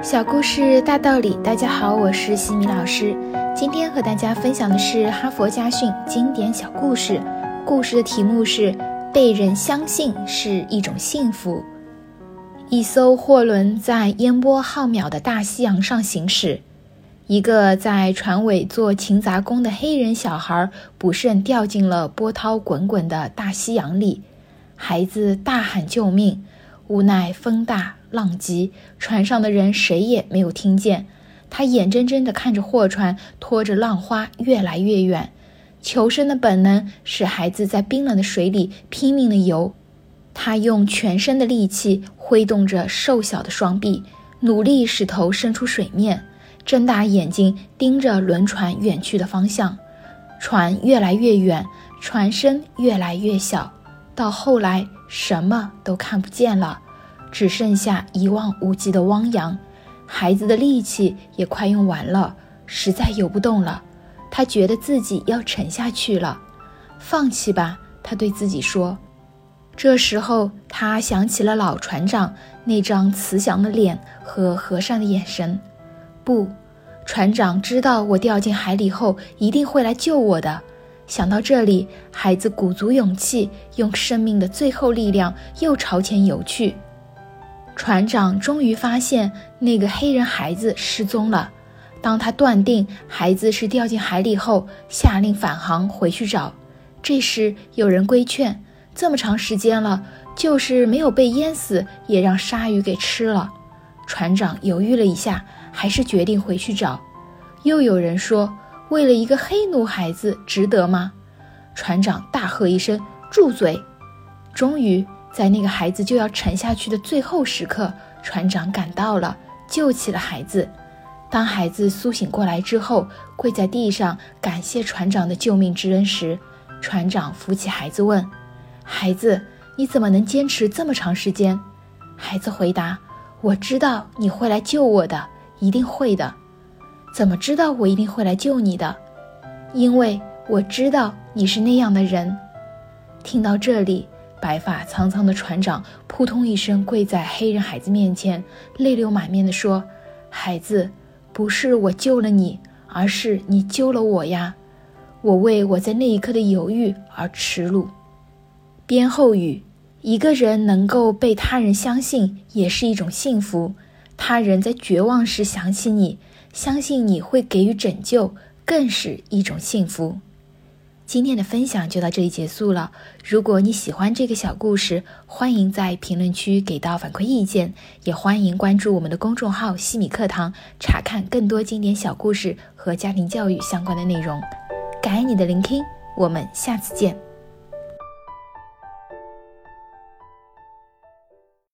小故事大道理，大家好，我是西米老师。今天和大家分享的是哈佛家训经典小故事，故事的题目是被人相信是一种幸福。一艘货轮在烟波浩渺的大西洋上行驶，一个在船尾做勤杂工的黑人小孩不慎掉进了波涛滚滚的大西洋里，孩子大喊救命，无奈风大浪急，船上的人谁也没有听见。他眼睁睁地看着货船拖着浪花越来越远，求生的本能使孩子在冰冷的水里拼命地游。他用全身的力气挥动着瘦小的双臂，努力使头伸出水面，睁大眼睛盯着轮船远去的方向。船越来越远，船身越来越小，到后来什么都看不见了，只剩下一望无际的汪洋。孩子的力气也快用完了，实在游不动了，他觉得自己要沉下去了。放弃吧，他对自己说。这时候他想起了老船长那张慈祥的脸和和善的眼神。不，船长知道我掉进海里后一定会来救我的。想到这里，孩子鼓足勇气，用生命的最后力量又朝前游去。船长终于发现那个黑人孩子失踪了。当他断定孩子是掉进海里后，下令返航回去找。这时有人规劝，这么长时间了，就是没有被淹死，也让鲨鱼给吃了。船长犹豫了一下，还是决定回去找。又有人说，为了一个黑奴孩子值得吗？船长大喝一声，住嘴！终于在那个孩子就要沉下去的最后时刻，船长赶到了，救起了孩子。当孩子苏醒过来之后，跪在地上感谢船长的救命之恩时，船长扶起孩子问，孩子，你怎么能坚持这么长时间？孩子回答，我知道你会来救我的，一定会的。怎么知道我一定会来救你的？因为我知道你是那样的人。听到这里，白发苍苍的船长扑通一声跪在黑人孩子面前，泪流满面地说，孩子，不是我救了你，而是你救了我呀。我为我在那一刻的犹豫而耻辱。编后语，一个人能够被他人相信也是一种幸福。他人在绝望时想起你，相信你会给予拯救，更是一种幸福。今天的分享就到这里结束了。如果你喜欢这个小故事，欢迎在评论区给到反馈意见，也欢迎关注我们的公众号西米课堂，查看更多经典小故事和家庭教育相关的内容。感恩你的聆听，我们下次见。